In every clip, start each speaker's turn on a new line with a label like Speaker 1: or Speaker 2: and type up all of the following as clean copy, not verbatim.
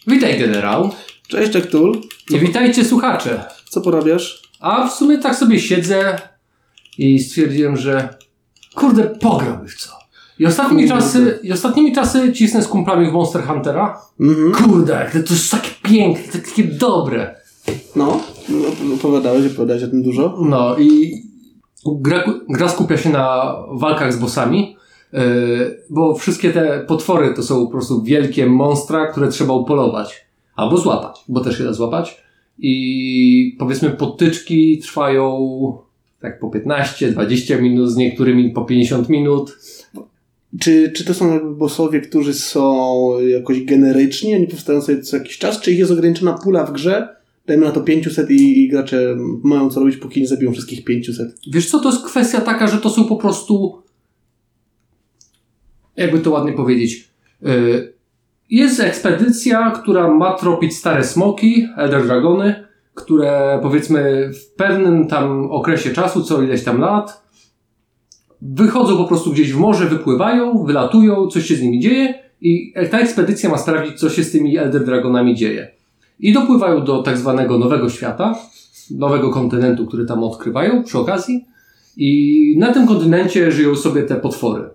Speaker 1: Witaj, generał.
Speaker 2: Cześć, Ektul.
Speaker 1: I witajcie, słuchacze.
Speaker 2: Co porabiasz?
Speaker 1: A w sumie tak sobie siedzę i stwierdziłem, że kurde, pograłby w co. I ostatnimi czasy cisnę z kumplami w Monster Huntera. Kurde, to jest takie piękne, takie dobre.
Speaker 2: No, opowiadałeś o tym dużo.
Speaker 1: No i gra skupia się na walkach z bossami, bo wszystkie te potwory to są po prostu wielkie monstra, które trzeba upolować. Albo złapać, bo też się da złapać. I powiedzmy potyczki trwają tak po 15-20 minut, z niektórymi po 50 minut.
Speaker 2: Czy to są jakby bossowie, którzy są jakoś generyczni, oni powstają sobie co jakiś czas, czy ich jest ograniczona pula w grze? Dajmy na to 500 i gracze mają co robić, póki nie zabiją wszystkich 500.
Speaker 1: Wiesz co, to jest kwestia taka, że to są po prostu, jakby to ładnie powiedzieć, jest ekspedycja, która ma tropić stare smoki, Elder Dragony, które powiedzmy w pewnym tam okresie czasu, co ileś tam lat, wychodzą po prostu gdzieś w morze, wypływają, wylatują, coś się z nimi dzieje i ta ekspedycja ma sprawdzić, co się z tymi Elder Dragonami dzieje. I dopływają do tak zwanego nowego świata, nowego kontynentu, który tam odkrywają przy okazji i na tym kontynencie żyją sobie te potwory.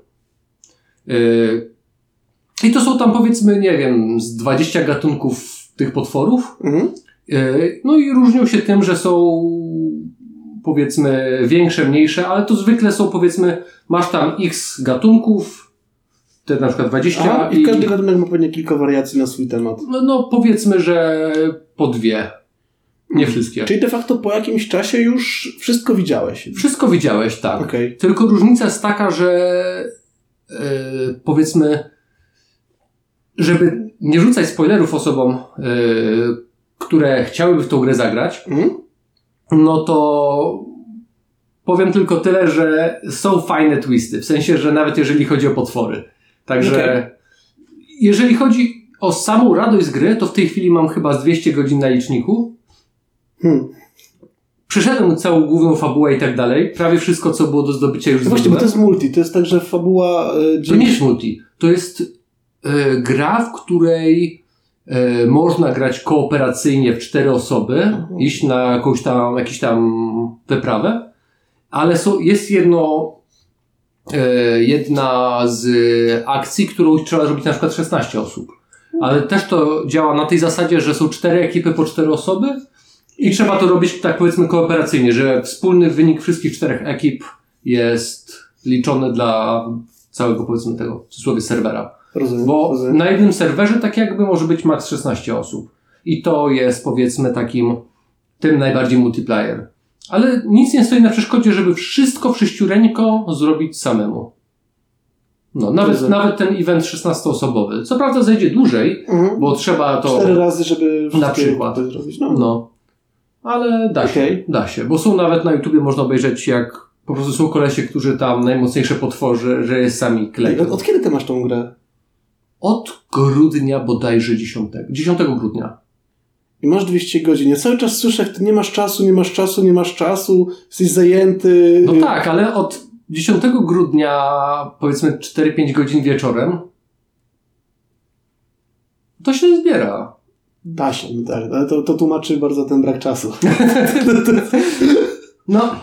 Speaker 1: I to są tam powiedzmy, nie wiem, z 20 gatunków tych potworów. No i różnią się tym, że są powiedzmy większe, mniejsze, ale to zwykle są powiedzmy, masz tam x gatunków, te na przykład 20.
Speaker 2: I każdy gatunek ma pewnie kilka wariacji na swój temat.
Speaker 1: No powiedzmy, że po 2. Nie wszystkie.
Speaker 2: Czyli de facto po jakimś czasie już wszystko widziałeś.
Speaker 1: Wszystko widziałeś, tak.
Speaker 2: Okay.
Speaker 1: Tylko różnica jest taka, że powiedzmy, żeby nie rzucać spoilerów osobom, które chciałyby w tą grę zagrać, no to powiem tylko tyle, że są fajne twisty. W sensie, że nawet jeżeli chodzi o potwory. Także jeżeli chodzi o samą radość z gry, to w tej chwili mam chyba z 200 godzin na liczniku. Przeszedłem całą główną fabułę i tak dalej. Prawie wszystko, co było do zdobycia już
Speaker 2: właśnie, bo to jest multi. To jest tak, że fabuła...
Speaker 1: To nie jest multi. To jest gra, w której można grać kooperacyjnie w 4 osoby, iść na jakąś tam wyprawę, ale jest jedna z akcji, którą trzeba zrobić na przykład 16 osób. Ale też to działa na tej zasadzie, że są 4 ekipy po 4 osoby i trzeba to robić tak powiedzmy kooperacyjnie, że wspólny wynik wszystkich 4 ekip jest liczony dla całego powiedzmy tego w cudzysłowie serwera.
Speaker 2: Rozumiem.
Speaker 1: Na jednym serwerze tak jakby może być max 16 osób. I to jest powiedzmy tym najbardziej multiplayer. Ale nic nie stoi na przeszkodzie, żeby wszystko wszyściureńko zrobić samemu. No, nawet ten event 16-osobowy. Co prawda zajdzie dłużej, bo trzeba to...
Speaker 2: 4 razy, żeby
Speaker 1: na przykład
Speaker 2: to zrobić.
Speaker 1: No. Ale da się. Bo są nawet na YouTubie, można obejrzeć jak po prostu są kolesie, którzy tam najmocniejsze potworzy, że sami kleją.
Speaker 2: Od kiedy ty masz tą grę?
Speaker 1: Od grudnia bodajże 10 grudnia.
Speaker 2: I masz 200 godzin. Ja cały czas słyszę, jak ty nie masz czasu, jesteś zajęty.
Speaker 1: No tak, ale od 10 grudnia powiedzmy 4-5 godzin wieczorem to się zbiera.
Speaker 2: Da się, no tak. Ale to tłumaczy bardzo ten brak czasu.
Speaker 1: No.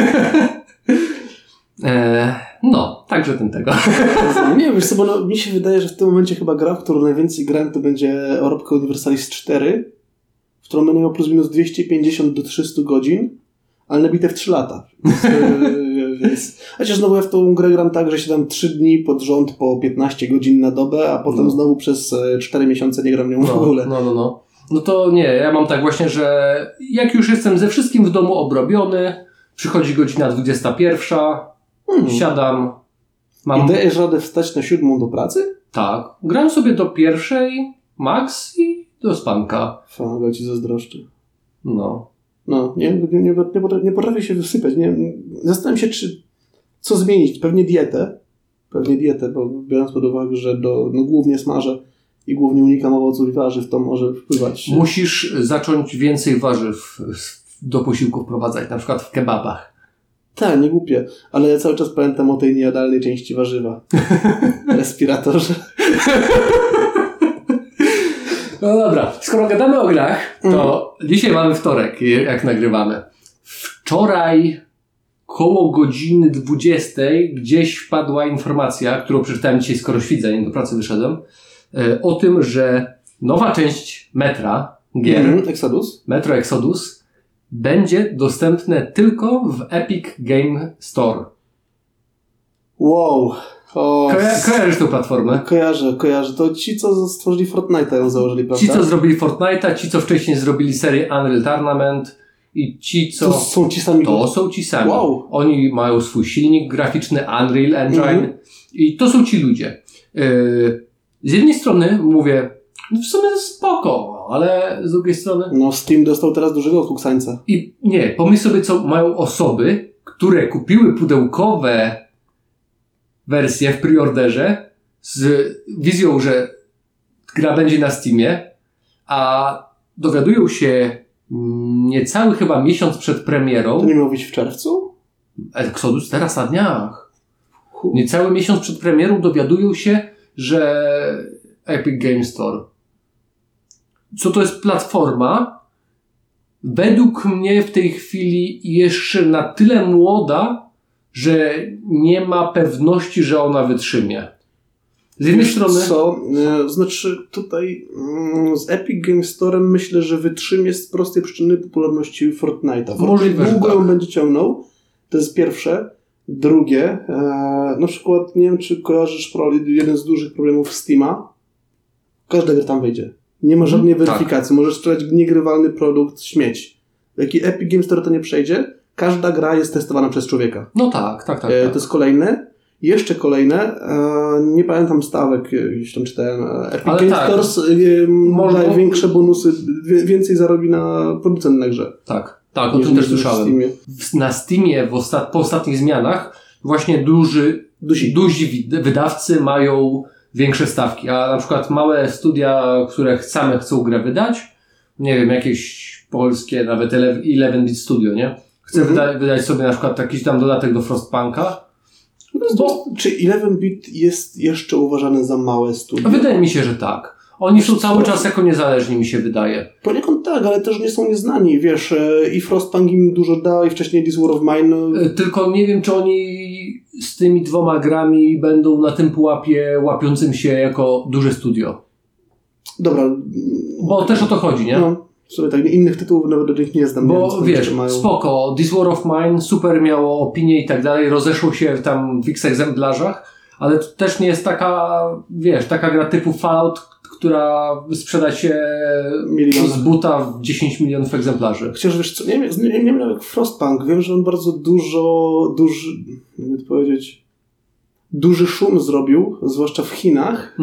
Speaker 1: No, także tego.
Speaker 2: Nie, wiesz co, bo mi się wydaje, że w tym momencie chyba gra, w którą najwięcej grałem, to będzie Europka Universalis 4, w którą będę miał plus minus 250 do 300 godzin, ale nabite w 3 lata. Więc chociaż znowu ja w tą grę gram tak, że się tam 3 dni pod rząd po 15 godzin na dobę, a potem znowu przez 4 miesiące nie gram nią w ogóle.
Speaker 1: No to nie, ja mam tak właśnie, że jak już jestem ze wszystkim w domu obrobiony, przychodzi godzina 21, siadam.
Speaker 2: I dajesz radę wstać na 7 do pracy?
Speaker 1: Tak. Gram sobie do 1 max i do spanka.
Speaker 2: Fanaga ci zazdroszczę.
Speaker 1: No.
Speaker 2: No, nie potrafię się wysypać. Zastanawiam się, co zmienić. Pewnie dietę, bo biorąc pod uwagę, że głównie smażę i głównie unikam owoców i warzyw, to może wpływać.
Speaker 1: Musisz zacząć więcej warzyw do posiłków wprowadzać, na przykład w kebabach.
Speaker 2: Tak, nie głupie, ale ja cały czas pamiętam o tej niejadalnej części warzywa. Respiratorze.
Speaker 1: No dobra, skoro gadamy o grach, to dzisiaj mamy wtorek, jak nagrywamy. Wczoraj koło godziny 20 gdzieś wpadła informacja, którą przeczytałem dzisiaj, skoro świt, zanim do pracy wyszedłem, o tym, że nowa część Metra gier, Metro Exodus, będzie dostępne tylko w Epic Game Store.
Speaker 2: Wow.
Speaker 1: Kojarzysz tę platformę?
Speaker 2: Kojarzę. To ci, co stworzyli Fortnite'a, ją założyli, prawda?
Speaker 1: Ci, co zrobili Fortnite'a, ci, co wcześniej zrobili serię Unreal Tournament i ci, co...
Speaker 2: To są ci sami.
Speaker 1: To są ci sami.
Speaker 2: Wow.
Speaker 1: Oni mają swój silnik graficzny, Unreal Engine i to są ci ludzie. Z jednej strony mówię, no w sumie spoko, ale z drugiej strony...
Speaker 2: No Steam dostał teraz dużego kuksańca.
Speaker 1: I nie, pomyśl sobie, co mają osoby, które kupiły pudełkowe wersje w preorderze z wizją, że gra będzie na Steamie, a dowiadują się niecały chyba miesiąc przed premierą.
Speaker 2: To nie miało być w czerwcu?
Speaker 1: Exodus teraz na dniach. Niecały miesiąc przed premierą dowiadują się, że Epic Game Store. Co to jest platforma? Według mnie w tej chwili jeszcze na tyle młoda, że nie ma pewności, że ona wytrzymie. Z jednej strony...
Speaker 2: Co? Znaczy tutaj z Epic Game Store'em myślę, że wytrzymie z prostej przyczyny popularności Fortnite'a.
Speaker 1: Możliwe,
Speaker 2: długo
Speaker 1: tak.
Speaker 2: ją będzie ciągnął. To jest pierwsze. Drugie, na przykład nie wiem, czy kojarzysz jeden z dużych problemów Steama. Każda gra tam wejdzie. Nie ma żadnej weryfikacji. Tak. Możesz sprzedać niegrywalny produkt, śmieć. Jaki Epic Game Store to nie przejdzie, każda gra jest testowana przez człowieka.
Speaker 1: No tak.
Speaker 2: To jest kolejne. Jeszcze kolejne, nie pamiętam stawek, gdzieś tam czytałem. Epic Game Stores daje większe bonusy, więcej zarobi na producent na grze.
Speaker 1: Tak, o tym też słyszałem. Na Steamie po ostatnich zmianach właśnie duzi wydawcy mają większe stawki, a na przykład małe studia, które same chcą grę wydać, nie wiem, jakieś polskie, nawet 11-bit Studio, nie? Chce wydać sobie na przykład jakiś tam dodatek do Frostpunka.
Speaker 2: Czy 11-bit jest jeszcze uważany za małe studio?
Speaker 1: Wydaje mi się, że tak. Oni są cały czas jako niezależni, mi się wydaje.
Speaker 2: Poniekąd tak, ale też nie są nieznani. Wiesz, i Frostpunk im dużo dał, i wcześniej This War of Mine.
Speaker 1: Tylko nie wiem, czy oni z tymi dwoma grami będą na tym pułapie łapiącym się jako duże studio.
Speaker 2: Dobra.
Speaker 1: Bo też o to chodzi, nie?
Speaker 2: No, sobie tak, innych tytułów nawet do nich nie znam.
Speaker 1: Bo wiesz, spoko, This War of Mine super miało opinię i tak dalej, rozeszło się tam w X egzemplarzach, ale to też nie jest taka, wiesz, taka gra typu Fallout, która sprzeda się z buta w 10 milionów egzemplarzy.
Speaker 2: Chociaż wiesz co, nie wiem jak Frostpunk, wiem, że on bardzo jakby to powiedzieć, duży szum zrobił, zwłaszcza w Chinach.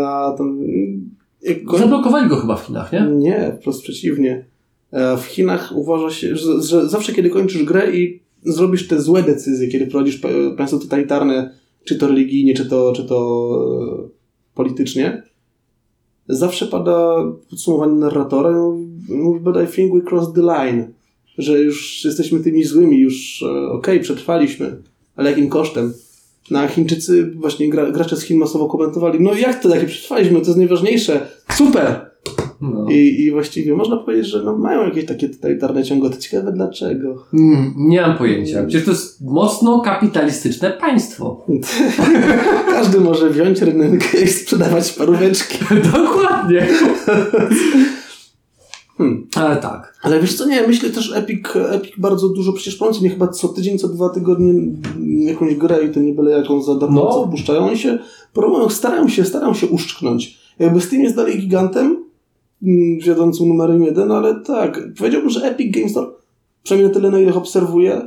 Speaker 1: Zablokowali go chyba w Chinach, nie?
Speaker 2: Nie, wprost przeciwnie. W Chinach uważa się, że zawsze kiedy kończysz grę i zrobisz te złe decyzje, kiedy prowadzisz państwo totalitarne, czy to religijnie, czy to politycznie, zawsze pada podsumowanie narratora i mówi, but I think we crossed the line. Że już jesteśmy tymi złymi, już przetrwaliśmy, ale jakim kosztem? No a Chińczycy, właśnie gracze z Chin masowo komentowali, no jak to takie przetrwaliśmy, to jest najważniejsze, super! No. I właściwie można powiedzieć, że mają jakieś takie totalitarne ciągoty. Ciekawe dlaczego.
Speaker 1: Nie mam pojęcia. Przecież to jest mocno kapitalistyczne państwo.
Speaker 2: Każdy może wziąć rynkę i sprzedawać paróweczki.
Speaker 1: Dokładnie. Ale tak.
Speaker 2: Ale wiesz co, nie, myślę też Epic bardzo dużo przecież promocji, nie chyba co tydzień, co 2 tygodnie jakąś grę i to nie byle jaką za darmo puszczają. Oni się promują, starają się uszczknąć. Jakby Steam jest dalej gigantem, wiodącym numerem 1, ale tak, powiedziałbym, że Epic Game Store, przynajmniej na tyle, na ile ich obserwuję,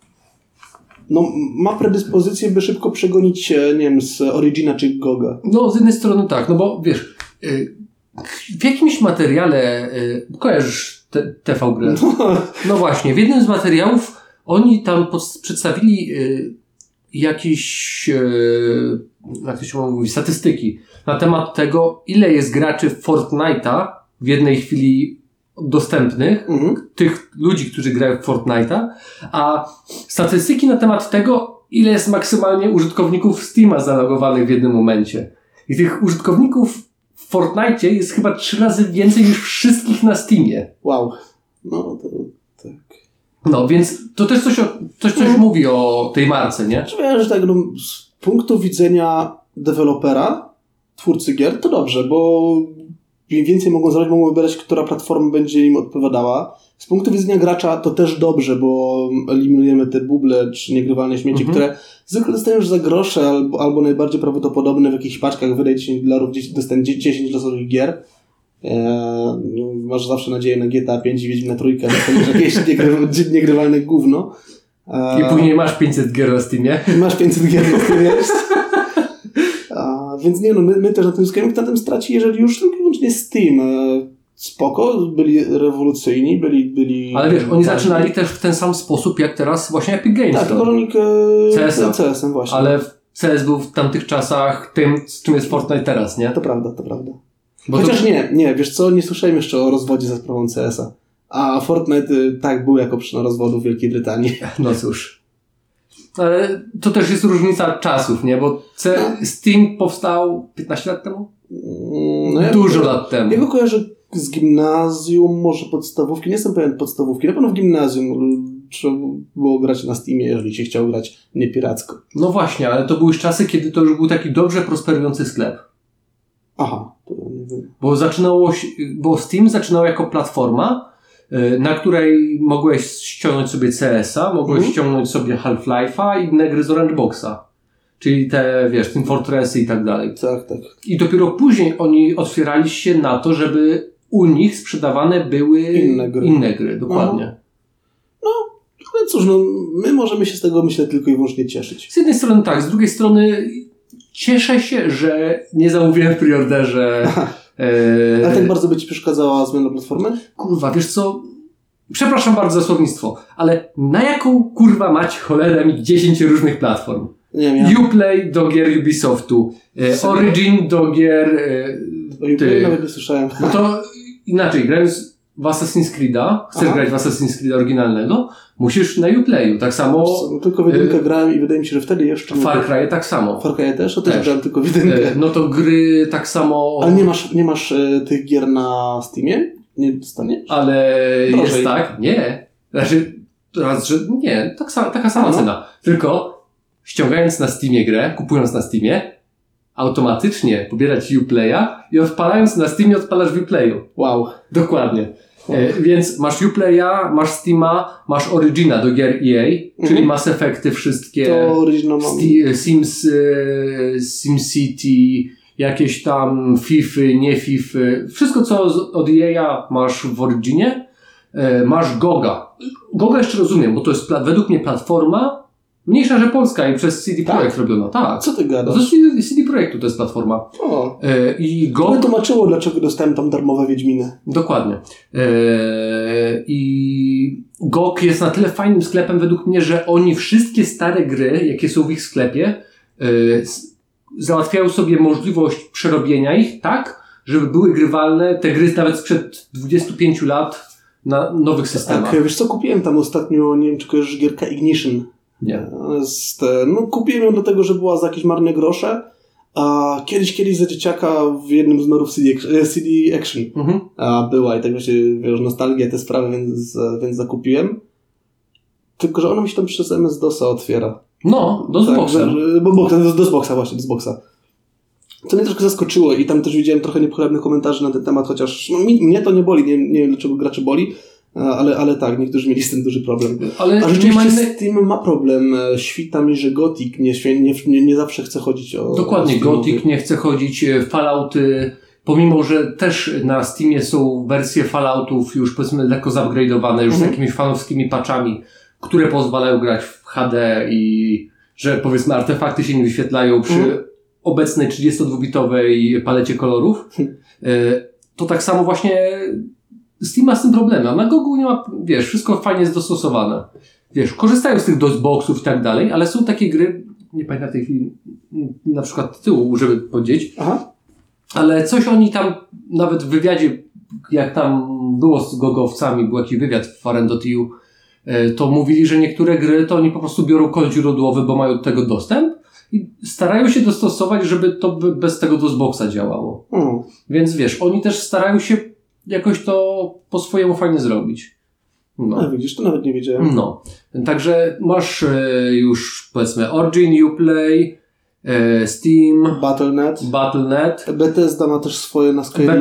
Speaker 2: ma predyspozycję, by szybko przegonić się, nie wiem, z Origina czy Goga.
Speaker 1: No, z jednej strony tak, no bo wiesz, w jakimś materiale, kojarzysz TV grę? No właśnie, w jednym z materiałów oni tam przedstawili jakieś, jak to się mówi, statystyki na temat tego, ile jest graczy Fortnite'a w jednej chwili dostępnych, tych ludzi, którzy grają w Fortnite'a, a statystyki na temat tego, ile jest maksymalnie użytkowników Steama zalogowanych w jednym momencie. I tych użytkowników w Fortnite'cie jest chyba 3 razy więcej niż wszystkich na Steamie.
Speaker 2: Wow. No to tak.
Speaker 1: No, więc to też coś mówi o tej marce, nie?
Speaker 2: Wiesz, że tak, no, z punktu widzenia dewelopera, twórcy gier, to dobrze, bo im więcej mogą zrobić, mogą wybierać, która platforma będzie im odpowiadała. Z punktu widzenia gracza to też dobrze, bo eliminujemy te buble czy niegrywalne śmieci, które zwykle dostają już za grosze albo najbardziej prawdopodobne w jakichś paczkach wydaj $10, dostań 10 losowych gier. Masz zawsze nadzieję na GTA 5 i Wiedźmina Trójkę, dostaniesz jakieś niegrywalne gówno.
Speaker 1: I później masz 500 gier na Steamie.
Speaker 2: Masz 500 gier na Steamie. Więc nie, no my też na tym zyskujemy, na tym straci, jeżeli już tylko wyłącznie Steam. Spoko, byli rewolucyjni, byli...
Speaker 1: Ale wiesz, oni zaczynali też w ten sam sposób, jak teraz właśnie Epic Games.
Speaker 2: Tak, tylko rolnik CS-em właśnie.
Speaker 1: Ale CS był w tamtych czasach tym, z czym jest Fortnite teraz, nie?
Speaker 2: To prawda. Chociaż nie, wiesz co, nie słyszałem jeszcze o rozwodzie za sprawą CS-a. A Fortnite tak był jako przyczyna rozwodu w Wielkiej Brytanii.
Speaker 1: No cóż. Ale to też jest różnica czasów, nie? Bo Steam powstał 15 lat temu? Dużo lat temu.
Speaker 2: Ja go kojarzę z gimnazjum, może podstawówki. Nie jestem pewien podstawówki. Na pewno w gimnazjum trzeba było grać na Steamie, jeżeli się chciał grać nie piracko.
Speaker 1: No właśnie, ale to były już czasy, kiedy to już był taki dobrze prosperujący sklep.
Speaker 2: Aha, to nie wiem.
Speaker 1: Bo Steam zaczynał jako platforma, na której mogłeś ściągnąć sobie CS-a, mogłeś ściągnąć sobie Half-Life'a i inne gry z Orange Boxa. Czyli te, wiesz, Team Fortressy i tak dalej.
Speaker 2: Tak.
Speaker 1: I dopiero później oni otwierali się na to, żeby u nich sprzedawane były inne gry. Dokładnie.
Speaker 2: Aha. No, ale cóż, no, my możemy się z tego, myślę, tylko i wyłącznie cieszyć.
Speaker 1: Z jednej strony tak, z drugiej strony cieszę się, że nie zamówiłem w preorderze.
Speaker 2: Ale tak bardzo by ci przeszkadzała zmiana platformy?
Speaker 1: Kurwa, wiesz co? Przepraszam bardzo za słownictwo, ale na jaką kurwa mać cholerę mi 10 różnych platform?
Speaker 2: Nie wiem.
Speaker 1: Uplay do gier Ubisoftu, Origin do gier...
Speaker 2: Uplay nawet nie słyszałem.
Speaker 1: No to inaczej, grając w Assassin's Creed'a, chcesz grać w Assassin's Creed oryginalnego, musisz na Uplayu, tak samo...
Speaker 2: No, tylko w jedynkę grałem i wydaje mi się, że wtedy jeszcze...
Speaker 1: Far Cry tak samo.
Speaker 2: Far Cry też? Też grałem tylko w jedynkę.
Speaker 1: No to gry tak samo...
Speaker 2: Ale nie masz tych gier na Steamie? Nie dostaniesz?
Speaker 1: Ale
Speaker 2: drożej.
Speaker 1: Jest tak? Nie. Znaczy, raz, że nie, taka sama cena. Tylko ściągając na Steamie grę, kupując na Steamie, automatycznie pobierać Uplaya i odpalając na Steamie odpalasz w Uplayu.
Speaker 2: Wow.
Speaker 1: Dokładnie. Więc masz Uplaya, masz Steama, masz Origina do gier EA, czyli Mass Effecty wszystkie,
Speaker 2: to Origina mam.
Speaker 1: SimCity, jakieś tam Fify, nie Fify, wszystko co od EA masz w Originie. Masz GOGA. GOGA jeszcze rozumiem, bo to jest według mnie platforma mniejsza, że polska i przez CD Projekt robiona. Tak.
Speaker 2: Co ty gadasz?
Speaker 1: No to CD Projektu to jest platforma.
Speaker 2: O.
Speaker 1: I
Speaker 2: GOG... To tłumaczyło, dlaczego dostałem tam darmowe Wiedźminy.
Speaker 1: Dokładnie. I GOG jest na tyle fajnym sklepem według mnie, że oni wszystkie stare gry, jakie są w ich sklepie, załatwiają sobie możliwość przerobienia ich tak, żeby były grywalne te gry nawet sprzed 25 lat na nowych systemach.
Speaker 2: Tak, wiesz co, kupiłem tam ostatnio, nie wiem czy kojarzysz gierka Ignition.
Speaker 1: Nie.
Speaker 2: Kupiłem ją do tego, że była za jakieś marne grosze, a kiedyś za dzieciaka w jednym z numerów CD Action była i tak właśnie, wiesz, nostalgia, te sprawy, więc zakupiłem. Tylko, że ona mi się tam przez MS-DOSa otwiera.
Speaker 1: No, DOSBoxa.
Speaker 2: DOSBoxa właśnie, DOSBoxa. To mnie troszkę zaskoczyło i tam też widziałem trochę niepochlebnych komentarzy na ten temat, chociaż mnie to nie boli, nie wiem dlaczego graczy boli, ale tak, niektórzy mieli z tym duży problem.
Speaker 1: Ale
Speaker 2: a rzeczywiście Steam ma problem. Świta mi, że Gothic nie zawsze chce chodzić o...
Speaker 1: Dokładnie, Gothic nie chce chodzić, Fallouty, pomimo, że też na Steamie są wersje Falloutów już powiedzmy lekko zupgrade'owane, już z jakimiś fanowskimi patchami, które pozwalają grać w HD i że powiedzmy artefakty się nie wyświetlają przy obecnej 32-bitowej palecie kolorów. To tak samo właśnie Steam ma z tym problem, a na Gogu nie ma, wiesz, wszystko fajnie jest dostosowane. Wiesz, korzystają z tych DOSBoxów i tak dalej, ale są takie gry, nie pamiętam w tej chwili na przykład tytułu, żeby powiedzieć, ale coś oni tam, nawet w wywiadzie, jak tam było z gogowcami, był jakiś wywiad w Faren.eu, to mówili, że niektóre gry to oni po prostu biorą kod źródłowy, bo mają do tego dostęp i starają się dostosować, żeby to bez tego DOSBoxa działało. Więc wiesz, oni też starają się jakoś to po swojemu fajnie zrobić. No.
Speaker 2: A widzisz, to nawet nie wiedziałem.
Speaker 1: No. Także masz już powiedzmy Origin, Uplay, Steam, Battle.net.
Speaker 2: Bethesda ma też swoje na Skyrimie.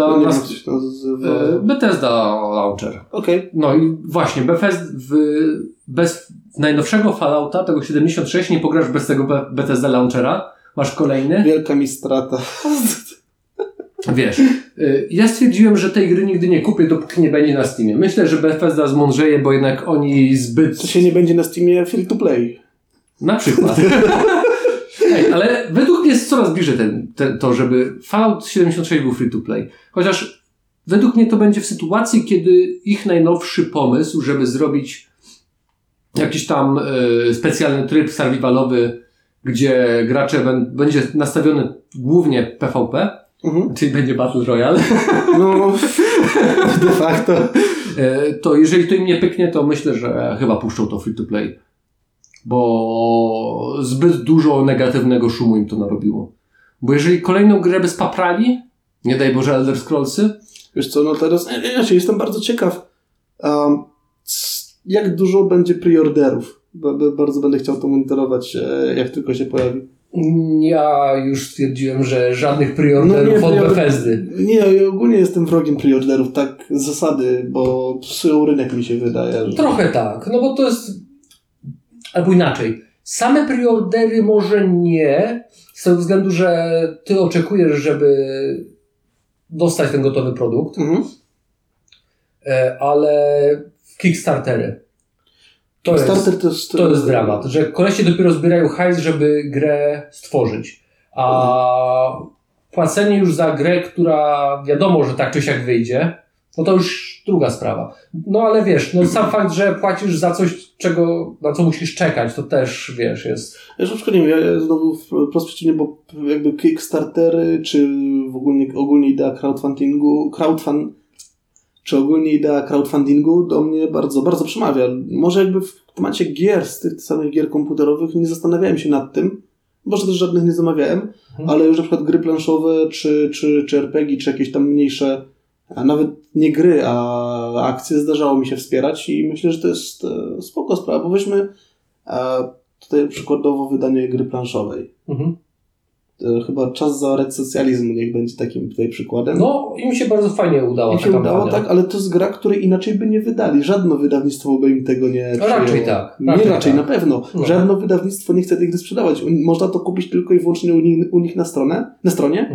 Speaker 1: Bethesda Launcher.
Speaker 2: Okej.
Speaker 1: No i właśnie, bez najnowszego Fallouta, tego 76, nie pograsz bez tego Bethesda Launchera. Masz kolejny.
Speaker 2: Wielka mi strata.
Speaker 1: Wiesz, ja stwierdziłem, że tej gry nigdy nie kupię, dopóki nie będzie na Steamie. Myślę, że Bethesda zmądrzeje, bo jednak oni zbyt...
Speaker 2: To się nie będzie na Steamie free to play.
Speaker 1: Na przykład. Ej, ale według mnie jest coraz bliżej to, żeby Fallout 76 był free to play. Chociaż według mnie to będzie w sytuacji, kiedy ich najnowszy pomysł, żeby zrobić jakiś tam specjalny tryb survivalowy, gdzie gracze będzie nastawiony głównie PvP, czyli będzie Battle Royale.
Speaker 2: No, de facto.
Speaker 1: To jeżeli to im nie pyknie, to myślę, że chyba puszczą to free to play. Bo zbyt dużo negatywnego szumu im to narobiło. Bo jeżeli kolejną grę by spaprali, nie daj Boże Elder Scrollsy.
Speaker 2: Wiesz co, no teraz ja się jestem bardzo ciekaw, jak dużo będzie preorderów. Bardzo będę chciał to monitorować, jak tylko się pojawi.
Speaker 1: Ja już stwierdziłem, że żadnych preorderów od Bethesdy.
Speaker 2: Nie, ja ogólnie jestem wrogiem preorderów, tak z zasady, bo psują rynek, mi się wydaje. Że...
Speaker 1: Trochę tak, no bo to jest... Albo inaczej. Same preordery może nie, z tego względu, że ty oczekujesz, żeby dostać ten gotowy produkt, ale Kickstartery. To jest dramat, że kolesie dopiero zbierają hajs, żeby grę stworzyć. A płacenie już za grę, która wiadomo, że tak czy siak wyjdzie, no to już druga sprawa. No ale wiesz, no sam fakt, że płacisz za coś, na co musisz czekać, to też, wiesz, jest...
Speaker 2: Ja na przykład nie wiem, ja znowu wprost przeciwnie, bo jakby Kickstartery, czy ogólnie idea crowdfundingu do mnie bardzo, bardzo przemawia. Może jakby w temacie gier, z tych samych gier komputerowych nie zastanawiałem się nad tym, może też żadnych nie zamawiałem, ale już na przykład gry planszowe, czy RPG, czy jakieś tam mniejsze, a nawet nie gry, a akcje zdarzało mi się wspierać i myślę, że to jest spoko sprawa, bo weźmy tutaj przykładowo wydanie gry planszowej. Chyba Czas zaorać socjalizm niech będzie takim tutaj przykładem.
Speaker 1: No, im się bardzo fajnie udało.
Speaker 2: Tak, ale to jest gra, której inaczej by nie wydali. Żadne wydawnictwo by im tego nie przyjęło.
Speaker 1: Raczej tak.
Speaker 2: Raczej, na pewno. No. Żadne wydawnictwo nie chce tej gry sprzedawać. Można to kupić tylko i wyłącznie u nich na stronie.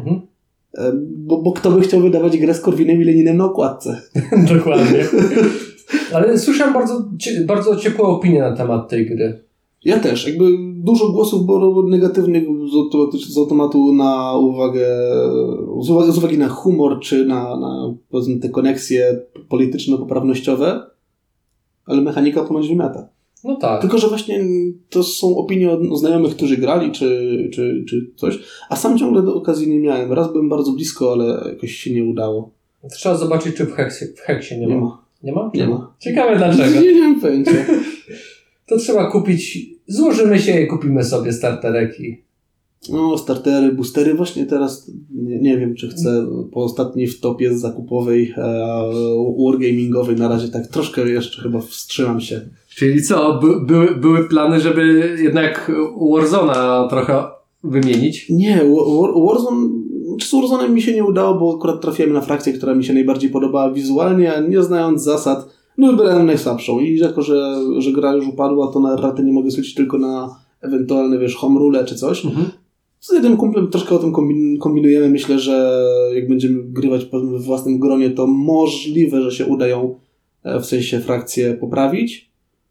Speaker 2: Bo kto by chciał wydawać grę z Korwinem i Leninem na okładce?
Speaker 1: Dokładnie. Ale słyszałem bardzo ciepłe opinie na temat tej gry.
Speaker 2: Ja też. Jakby dużo głosów było negatywnych z automatu na uwagę, z uwagi na humor, czy na powiedzmy te koneksje polityczno-poprawnościowe, ale mechanika ponoć wymiata.
Speaker 1: No tak.
Speaker 2: Tylko, że właśnie to są opinie od znajomych, którzy grali, czy coś, a sam ciągle do okazji nie miałem. Raz byłem bardzo blisko, ale jakoś się nie udało.
Speaker 1: Trzeba zobaczyć, czy w Heksie nie ma. Nie ma?
Speaker 2: Nie ma.
Speaker 1: Ciekawe dlaczego.
Speaker 2: Nie mam pojęcia.
Speaker 1: To trzeba kupić, złożymy się i kupimy sobie startereki.
Speaker 2: No, startery, boostery. Właśnie teraz nie wiem, czy chcę po ostatniej wtopie zakupowej wargamingowej na razie tak troszkę jeszcze chyba wstrzymam się.
Speaker 1: Czyli co? Były plany, żeby jednak Warzone'a trochę wymienić?
Speaker 2: Nie, Warzone... Z Warzone'em mi się nie udało, bo akurat trafiłem na frakcję, która mi się najbardziej podobała wizualnie, a nie znając zasad, no wybrałem najsłabszą. I jako, że gra już upadła, to na raty nie mogę zwrócić tylko na ewentualne, wiesz, home rule czy coś. Z jednym kumplem troszkę o tym kombinujemy. Myślę, że jak będziemy grywać w własnym gronie, to możliwe, że się uda ją w sensie frakcję poprawić.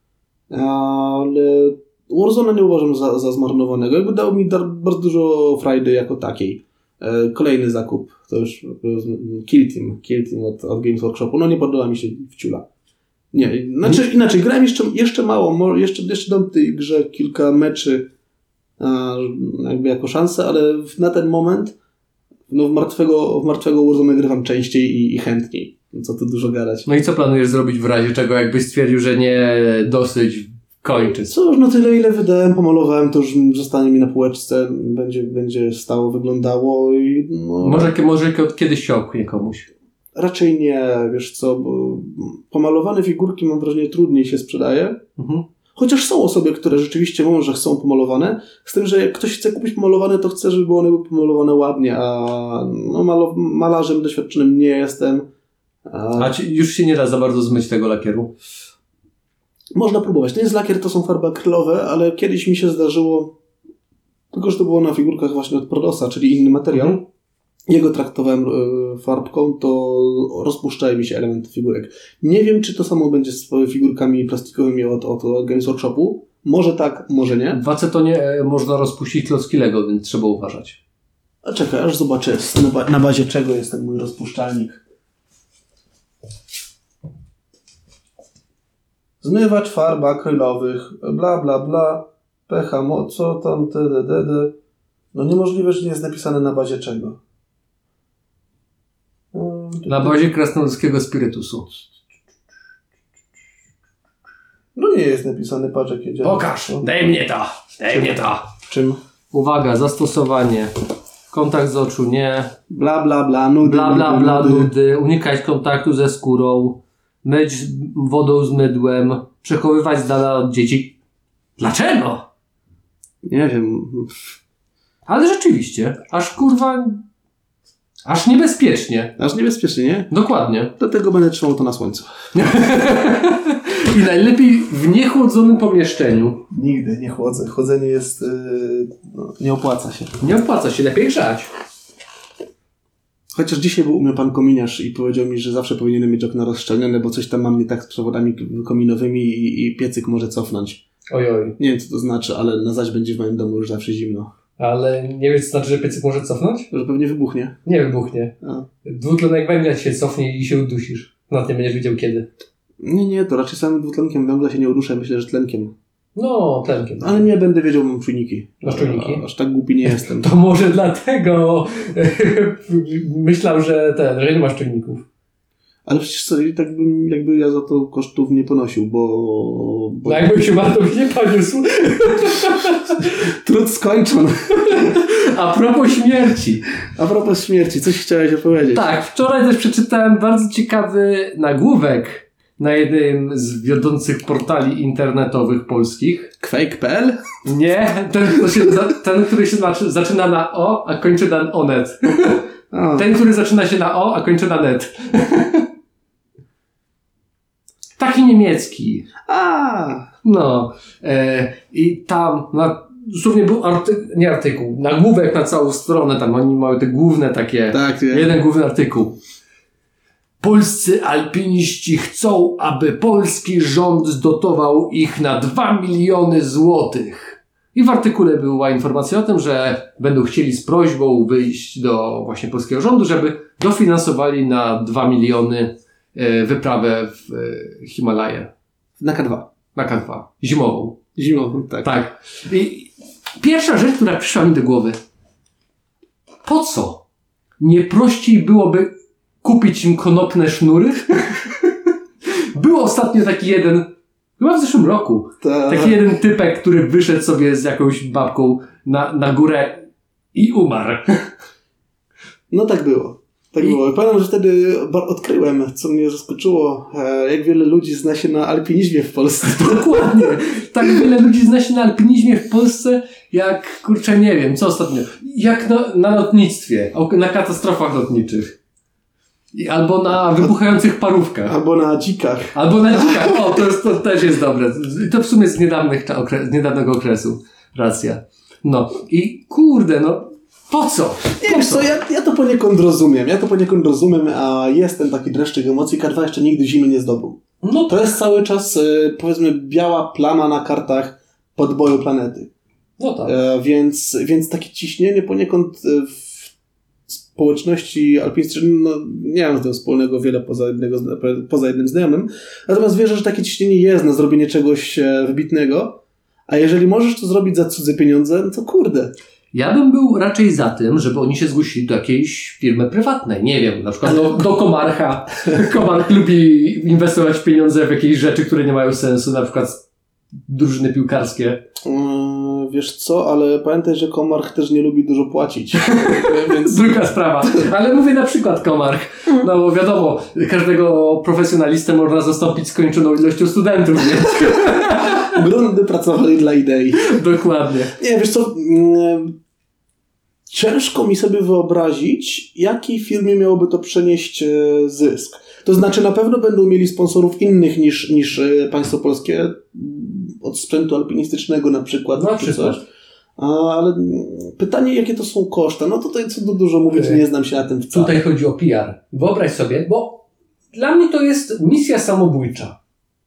Speaker 2: Ale Warzone nie uważam za zmarnowanego. Jakby dał mi bardzo dużo frajdy jako takiej. Kolejny zakup to już Kill Team od Games Workshopu. No nie podoba mi się wciula. Nie, znaczy inaczej, grałem jeszcze mało, jeszcze dam tej grze kilka meczy jakby jako szansę, ale na ten moment w martwego Warzone grywam częściej i chętniej. Co tu dużo gadać.
Speaker 1: No i co planujesz zrobić w razie czego, jakbyś stwierdził, że nie dosyć kończy.
Speaker 2: Cóż, no tyle ile wydałem, pomalowałem, to już zostanie mi na półeczce, będzie stało, wyglądało i no...
Speaker 1: Może kiedyś się opchnie komuś.
Speaker 2: Raczej nie, wiesz co, bo pomalowane figurki mam wrażenie trudniej się sprzedaje. Chociaż są osoby, które rzeczywiście mówią, że chcą pomalowane, z tym, że jak ktoś chce kupić pomalowane, to chce, żeby one były pomalowane ładnie, a no, malarzem doświadczonym nie jestem.
Speaker 1: A już się nie da za bardzo zmyć tego lakieru?
Speaker 2: Można próbować. To jest lakier, to są farby akrylowe, ale kiedyś mi się zdarzyło, tylko że to było na figurkach właśnie od Prodosa, czyli inny materiał. Jego traktowałem farbką, to rozpuszczały mi się elementy figurek. Nie wiem, czy to samo będzie z figurkami plastikowymi od Games Workshopu. Może tak, może nie.
Speaker 1: W acetonie można rozpuścić klocki Lego, więc trzeba uważać.
Speaker 2: A czekaj, aż zobaczę na bazie czego jest ten mój rozpuszczalnik. Zmywacz farb akrylowych, bla bla bla, pH, co tam, tdd. No niemożliwe, że nie jest napisane na bazie czego.
Speaker 1: Na bazie krasnoludzkiego spirytusu.
Speaker 2: No nie jest napisane, patrz jakie działa.
Speaker 1: Pokaż! Daj mnie to!
Speaker 2: Czym?
Speaker 1: Uwaga, zastosowanie. Kontakt z oczu nie.
Speaker 2: Bla bla bla, nudy.
Speaker 1: Bla bla bla, nudy. Unikać kontaktu ze skórą. Myć wodą z mydłem. Przechowywać z dala od dzieci. Dlaczego?
Speaker 2: Nie wiem.
Speaker 1: Ale rzeczywiście. Aż niebezpiecznie.
Speaker 2: Aż niebezpiecznie, nie?
Speaker 1: Dokładnie.
Speaker 2: Dlatego będę trzymał to na słońcu.
Speaker 1: I najlepiej w niechłodzonym pomieszczeniu.
Speaker 2: Nigdy nie chłodzę. Chłodzenie jest... nie opłaca się.
Speaker 1: Nie opłaca się, lepiej grzać.
Speaker 2: Chociaż dzisiaj był u mnie pan kominiarz i powiedział mi, że zawsze powinienem mieć okna rozszczelnione, bo coś tam mam nie tak z przewodami kominowymi i piecyk może cofnąć.
Speaker 1: Ojoj.
Speaker 2: Nie wiem, co to znaczy, ale na zaś będzie w moim domu już zawsze zimno.
Speaker 1: Ale nie wiesz, co znaczy, że piecyk może cofnąć?
Speaker 2: Że pewnie wybuchnie.
Speaker 1: Nie wybuchnie. Dwutlenek węgla się cofnie i się udusisz. Nawet nie będziesz wiedział kiedy.
Speaker 2: Nie, to raczej samym dwutlenkiem węgla się nie uduszę, myślę, że tlenkiem.
Speaker 1: No, tlenkiem.
Speaker 2: Ale nie będę wiedział, mam czujniki.
Speaker 1: Masz czujniki?
Speaker 2: Aż tak głupi nie jestem.
Speaker 1: To może dlatego myślał, że nie masz czujników.
Speaker 2: Ale przecież co, tak bym jakby ja za to kosztów nie ponosił, bo...
Speaker 1: No jakbym się bardzo nie poniósł.
Speaker 2: Trud skończony.
Speaker 1: A propos śmierci.
Speaker 2: Coś chciałeś opowiedzieć?
Speaker 1: Tak, wczoraj też przeczytałem bardzo ciekawy nagłówek na jednym z wiodących portali internetowych polskich.
Speaker 2: Quake.pl?
Speaker 1: Nie, ten, który się zaczyna na O, a kończy na onet. Ten, który zaczyna się na O, a kończy na net. Taki niemiecki. No. I tam dosłownie był artykuł, nagłówek na całą stronę, tam oni mają te główne takie, jeden główny artykuł. Polscy alpiniści chcą, aby polski rząd zdotował ich na 2 miliony złotych. I w artykule była informacja o tym, że będą chcieli z prośbą wyjść do właśnie polskiego rządu, żeby dofinansowali na 2 miliony wyprawę w Himalaje.
Speaker 2: Na K2.
Speaker 1: Na K2. Zimową.
Speaker 2: Tak.
Speaker 1: Tak. I pierwsza rzecz, która przyszła mi do głowy. Po co? Nie prościej byłoby kupić im konopne sznury? Był ostatnio taki jeden, chyba w zeszłym roku, taki jeden typek, który wyszedł sobie z jakąś babką na górę i umarł.
Speaker 2: No tak było. Pamiętam, że wtedy odkryłem, co mnie zaskoczyło, jak wiele ludzi zna się na alpinizmie w Polsce.
Speaker 1: Dokładnie. Tak wiele ludzi zna się na alpinizmie w Polsce, jak, kurczę, nie wiem, co ostatnio, jak na lotnictwie, na katastrofach lotniczych. Albo na wybuchających parówkach.
Speaker 2: Albo na dzikach.
Speaker 1: O, to też jest dobre. To w sumie z niedawnego okresu. Racja. No. I kurde, po co?
Speaker 2: Wiesz co, ja to poniekąd rozumiem. A jest ten taki dreszczyk emocji. K2 jeszcze nigdy zimy nie zdobył.
Speaker 1: No
Speaker 2: to jest cały czas, powiedzmy, biała plama na kartach podboju planety.
Speaker 1: No tak.
Speaker 2: Więc takie ciśnienie poniekąd w społeczności alpinistycznej, nie mam z tym wspólnego wiele poza jednym znajomym. Natomiast wierzę, że takie ciśnienie jest na zrobienie czegoś wybitnego. A jeżeli możesz to zrobić za cudze pieniądze, to kurde.
Speaker 1: Ja bym był raczej za tym, żeby oni się zgłosili do jakiejś firmy prywatnej. Nie wiem, na przykład do Komarcha. Komarch lubi inwestować pieniądze w jakieś rzeczy, które nie mają sensu. Na przykład drużyny piłkarskie.
Speaker 2: Wiesz co, ale pamiętaj, że Komarch też nie lubi dużo płacić.
Speaker 1: Więc... Druga sprawa. Ale mówię na przykład Komarch. No bo wiadomo, każdego profesjonalistę można zastąpić skończoną ilością studentów, więc...
Speaker 2: Grundy pracowali dla idei.
Speaker 1: Dokładnie.
Speaker 2: Nie, wiesz co... Ciężko mi sobie wyobrazić, jakiej firmie miałoby to przenieść zysk. To znaczy na pewno będą mieli sponsorów innych niż państwo polskie, od sprzętu alpinistycznego na przykład.
Speaker 1: No,
Speaker 2: czy coś. Ale pytanie, jakie to są koszta? No tutaj co dużo mówić, nie znam się na tym wcale.
Speaker 1: Tutaj chodzi o PR. Wyobraź sobie, bo dla mnie to jest misja samobójcza.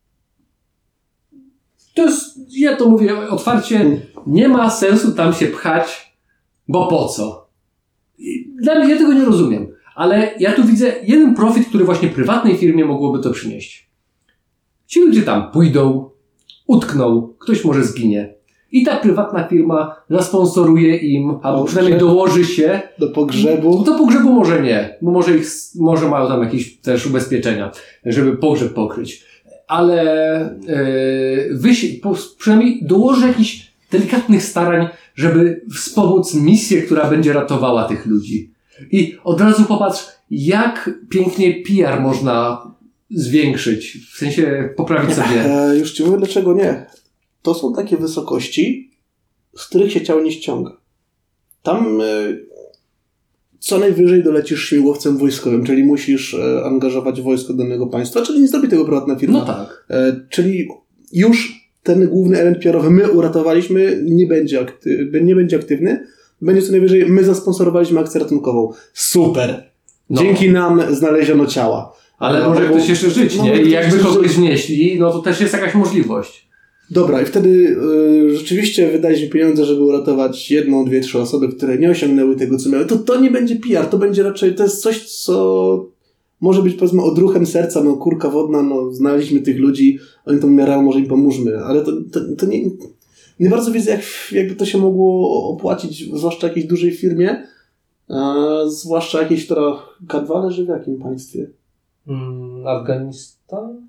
Speaker 1: To jest, ja to mówię otwarcie, nie ma sensu tam się pchać, bo po co? Dla mnie, ja tego nie rozumiem. Ale ja tu widzę jeden profit, który właśnie prywatnej firmie mogłoby to przynieść. Ci ludzie tam pójdą, utkną, ktoś może zginie. I ta prywatna firma zasponsoruje im, albo przynajmniej dołoży się.
Speaker 2: Do pogrzebu?
Speaker 1: Do pogrzebu może nie, bo może mają tam jakieś też ubezpieczenia, żeby pogrzeb pokryć. Ale przynajmniej dołoży jakichś delikatnych starań, żeby wspomóc misję, która będzie ratowała tych ludzi. I od razu popatrz, jak pięknie PR można zwiększyć, w sensie poprawić sobie.
Speaker 2: Już ci mówię, dlaczego nie. To są takie wysokości, z których się ciało nie ściąga. Tam co najwyżej dolecisz śmigłowcem wojskowym, czyli musisz angażować wojsko danego państwa, czyli nie zrobi tego prywatna firma.
Speaker 1: No tak.
Speaker 2: Czyli już ten główny element PR-owy my uratowaliśmy, nie będzie aktywny. Będzie co najwyżej, my zasponsorowaliśmy akcję ratunkową. Super!
Speaker 1: No.
Speaker 2: Dzięki nam znaleziono ciała.
Speaker 1: Ale może ktoś jeszcze żyć, nie? I jakby kogoś znieśli, no to też jest jakaś możliwość.
Speaker 2: Dobra, i wtedy rzeczywiście wydaliśmy pieniądze, żeby uratować 1, 2, 3 osoby, które nie osiągnęły tego, co miały. To nie będzie PR, to będzie raczej, to jest coś, co może być powiedzmy odruchem serca, no kurka wodna, no znaleźliśmy tych ludzi, oni to umierają, może im pomóżmy, ale to nie bardzo widzę, jakby to się mogło opłacić, zwłaszcza jakiejś dużej firmie, zwłaszcza jakiejś, która K2 leży w jakim państwie?
Speaker 1: Afganistan?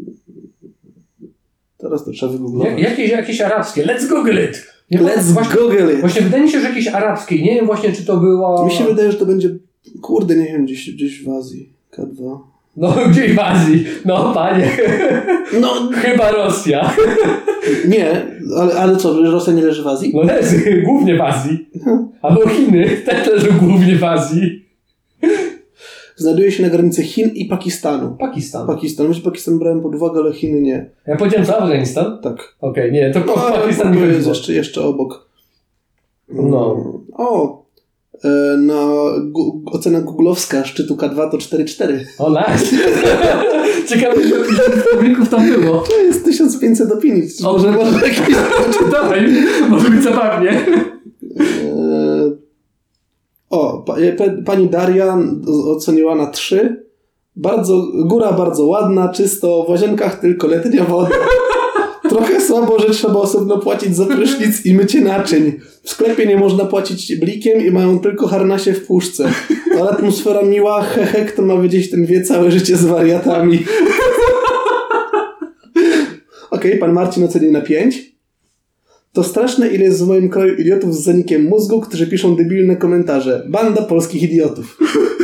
Speaker 2: Teraz to trzeba wygooglować.
Speaker 1: Jakieś arabskie. Let's google it!
Speaker 2: Google it!
Speaker 1: Właśnie wydaje mi się, że jakieś arabskie. Nie wiem właśnie, czy to było...
Speaker 2: Mi się wydaje, że to będzie, kurde, nie wiem, gdzieś w Azji. K2.
Speaker 1: No, gdzieś w Azji. No, panie. No, chyba Rosja.
Speaker 2: Nie, ale co, Rosja nie leży w Azji?
Speaker 1: No leży, głównie w Azji. Albo Chiny też leżą głównie w Azji.
Speaker 2: Znajduje się na granicy Chin i Pakistanu.
Speaker 1: Pakistan.
Speaker 2: Myślę, Pakistan brałem pod uwagę, ale Chiny nie.
Speaker 1: Ja powiedziałem co? Afganistan?
Speaker 2: Tak.
Speaker 1: Okej, nie, to Pakistan nie
Speaker 2: jest jeszcze obok.
Speaker 1: No.
Speaker 2: Ocena googlowska szczytu K2 to 4,4.
Speaker 1: O, nice. Ciekawe, ile publików tam było.
Speaker 2: To jest 1500 opinii. Może jakieś...
Speaker 1: Dawaj, może być zabawnie.
Speaker 2: Pani Daria oceniła na 3. Góra bardzo ładna, czysto, w łazienkach tylko letnia woda. Trochę słabo, że trzeba osobno płacić za prysznic i mycie naczyń. W sklepie nie można płacić blikiem i mają tylko harnasie w puszce. Ale atmosfera miła, kto ma wiedzieć, ten wie całe życie z wariatami. Okej, pan Marcin ocenił na 5. To straszne, ile jest w moim kraju idiotów z zanikiem mózgu, którzy piszą debilne komentarze. Banda polskich idiotów.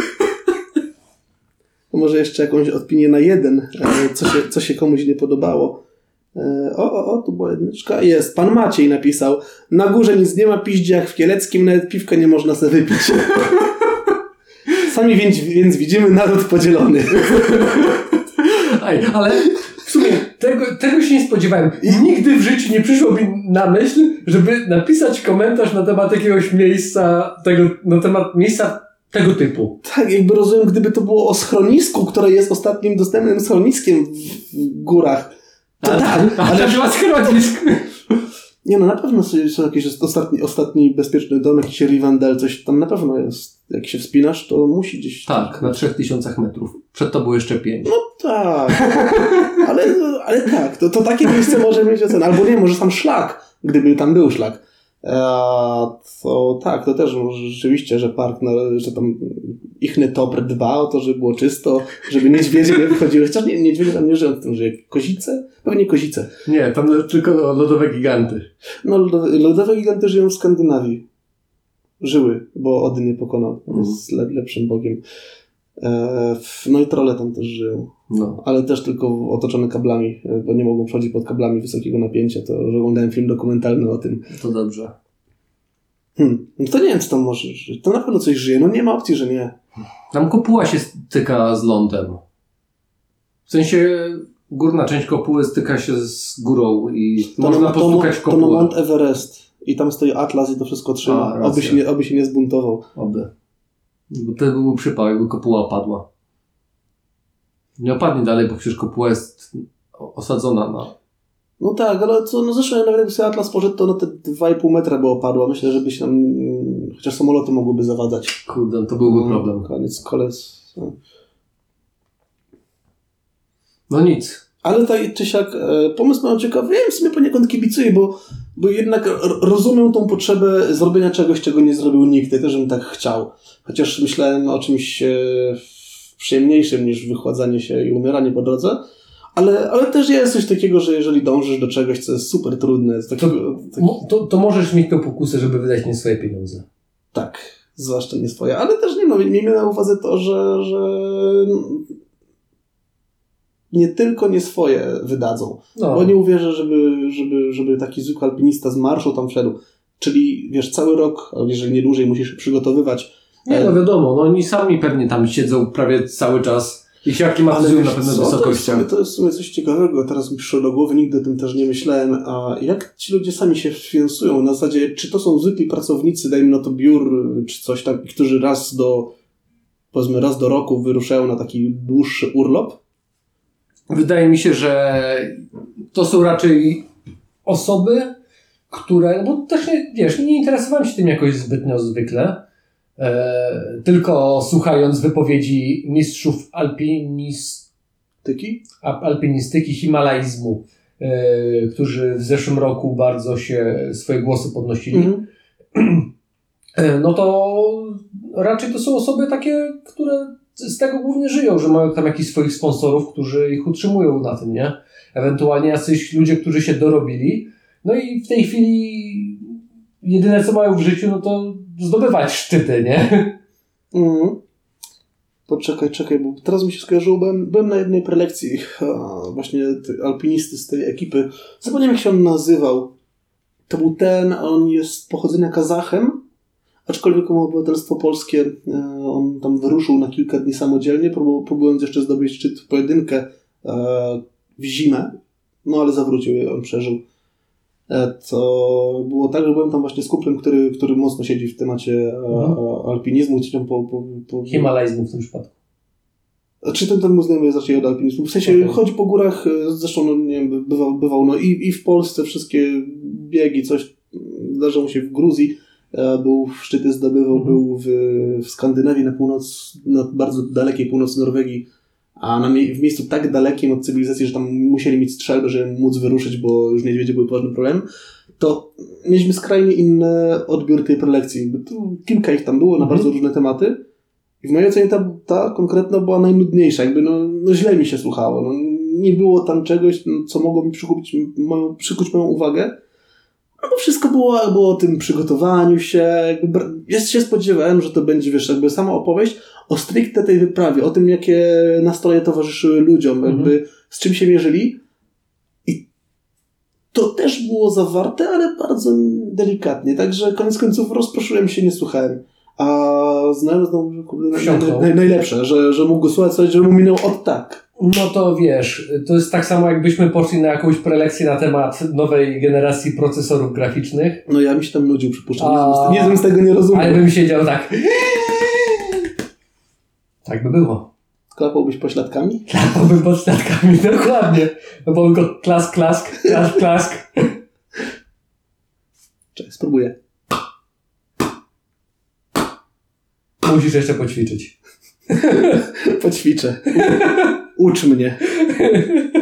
Speaker 2: To może jeszcze jakąś opinię na 1, co się komuś nie podobało. Tu była jedyneczka. Jest. Pan Maciej napisał: na górze nic nie ma, piździ jak w Kieleckim, nawet piwka nie można sobie wypić. Sami więc widzimy naród podzielony.
Speaker 1: Ale w sumie tego się nie spodziewałem. Nigdy w życiu nie przyszło mi na myśl, żeby napisać komentarz na temat jakiegoś miejsca, na temat miejsca tego typu.
Speaker 2: Tak, jakby rozumiem, gdyby to było o schronisku, które jest ostatnim dostępnym schroniskiem w górach. To
Speaker 1: ale była schronisk.
Speaker 2: Nie no, na pewno są jakieś ostatni bezpieczny dom, jakiś Rivendell, coś tam na pewno jest. Jak się wspinasz, to musi gdzieś...
Speaker 1: Tak, na 3000 metrów. Przed to było jeszcze 5.
Speaker 2: No tak. ale tak, to takie miejsce może mieć ocenę. Albo nie, może sam szlak, gdyby tam był szlak. To tak, to też może rzeczywiście, że park, że tam ichny top dba o to, żeby było czysto, żeby niedźwiedzie nie wychodziły. Chociaż niedźwiedzie tam nie żyją w tym, że kozice? Pewnie kozice.
Speaker 1: Nie, tam tylko lodowe giganty.
Speaker 2: No, lodowe giganty żyją w Skandynawii. Żyły, bo Odyn je pokonał. Jest lepszym bogiem. No i trolle tam też żyją.
Speaker 1: No.
Speaker 2: Ale też tylko otoczone kablami, bo nie mogą przechodzić pod kablami wysokiego napięcia. To oglądałem film dokumentalny o tym.
Speaker 1: To dobrze.
Speaker 2: No to nie wiem, co tam może żyć. To na pewno coś żyje. No nie ma opcji, że nie.
Speaker 1: Tam kopuła się styka z lądem. W sensie górna część kopuły styka się z górą i można postukać kopułę.
Speaker 2: To na Mount Everest. I tam stoi Atlas i to wszystko trzyma. Oby się nie zbuntował.
Speaker 1: Oby. Bo to był przypał, jakby kopuła opadła. Nie opadnie dalej, bo przecież kopuła jest osadzona na...
Speaker 2: No tak, ale zresztą nawet jakby sobie Atlas poszedł, to na te 2,5 metra by opadła. Myślę, że by się tam... Chociaż samoloty mogłyby zawadać.
Speaker 1: Kurde, to byłby problem.
Speaker 2: Koniec koles.
Speaker 1: No nic.
Speaker 2: Ale tak czy siak pomysł mam ciekawy. Ja w sumie poniekąd kibicuję, bo jednak rozumiem tą potrzebę zrobienia czegoś, czego nie zrobił nikt. Ja też bym tak chciał. Chociaż myślałem o czymś przyjemniejszym niż wychładzanie się i umieranie po drodze. Ale też jest coś takiego, że jeżeli dążysz do czegoś, co jest super trudne...
Speaker 1: To możesz mieć tą pokusę, żeby wydać nie swoje pieniądze.
Speaker 2: Tak, zwłaszcza nie swoje. Ale też miejmy na uwadze to, że nie tylko nie swoje wydadzą. No. Bo nie uwierzę, żeby taki zwykły alpinista z marszu tam wszedł. Czyli wiesz, cały rok, jeżeli nie dłużej, musisz się przygotowywać.
Speaker 1: Nie, no wiadomo, no oni sami pewnie tam siedzą prawie cały czas i się aklimatyzują na pewne wysokościach.
Speaker 2: To jest w sumie coś ciekawego, teraz mi przyszło do głowy, nigdy o tym też nie myślałem. A jak ci ludzie sami się finansują? Na zasadzie, czy to są zwykli pracownicy, dajmy na to biur, czy coś tam, którzy raz do roku wyruszają na taki dłuższy urlop?
Speaker 1: Wydaje mi się, że to są raczej osoby, które, bo też nie interesowałem się tym jakoś zbytnio zwykle, tylko słuchając wypowiedzi mistrzów alpinistyki, himalaizmu, którzy w zeszłym roku bardzo się swoje głosy podnosili, no to raczej to są osoby takie, które z tego głównie żyją, że mają tam jakichś swoich sponsorów, którzy ich utrzymują na tym, nie? Ewentualnie jacyś ludzie, którzy się dorobili. No i w tej chwili jedyne, co mają w życiu, no to zdobywać szczyty, nie?
Speaker 2: Poczekaj, bo teraz mi się skojarzyło, byłem na jednej prelekcji właśnie alpinisty z tej ekipy. Zapomniałem, jak się on nazywał. To był on jest pochodzenia Kazachem, aczkolwiek ma obywatelstwo polskie. On tam wyruszył na kilka dni samodzielnie, próbując jeszcze zdobyć szczyt w pojedynkę w zimę, no ale zawrócił, on przeżył. To było tak, że byłem tam właśnie z kumplem, który mocno siedzi w temacie alpinizmu.
Speaker 1: Himalaizmu w tym przypadku.
Speaker 2: Czy ten muzeum jest raczej od alpinizmu? W sensie chodzi po górach, zresztą no, nie wiem, bywał no, i w Polsce wszystkie biegi, coś zdarzało mu się w Gruzji, był szczyty zdobywał, był w Skandynawii na bardzo dalekiej północy Norwegii, a w miejscu tak dalekim od cywilizacji, że tam musieli mieć strzelbę, żeby móc wyruszyć, bo już niedźwiedzie były poważnym problemem, to mieliśmy skrajnie inny odbiór tej prelekcji. Kilka ich tam było na bardzo różne tematy i w mojej ocenie ta konkretna była najnudniejsza. Jakby no źle mi się słuchało. No, nie było tam czegoś, co mogło mi przykuć moją uwagę. No bo wszystko było o tym przygotowaniu się. Się spodziewałem, że to będzie, wiesz, jakby sama opowieść o stricte tej wyprawie, o tym, jakie nastroje towarzyszyły ludziom, jakby z czym się mierzyli. I to też było zawarte, ale bardzo delikatnie. Także koniec końców rozproszyłem się, nie słuchałem. A znając najlepsze, że mógł go słuchać, że mu minął od tak.
Speaker 1: No to wiesz, to jest tak samo jakbyśmy poszli na jakąś prelekcję na temat nowej generacji procesorów graficznych.
Speaker 2: No ja mi się tam nudził, przypuszczam. Nie wiem, z tego nie rozumiem.
Speaker 1: Ale bym siedział tak. Tak by było.
Speaker 2: Klapałbyś pośladkami?
Speaker 1: Klapałbym pośladkami, dokładnie. No bo tylko klask.
Speaker 2: Czekaj, spróbuję.
Speaker 1: Musisz jeszcze poćwiczyć.
Speaker 2: Poćwiczę. Ucz mnie.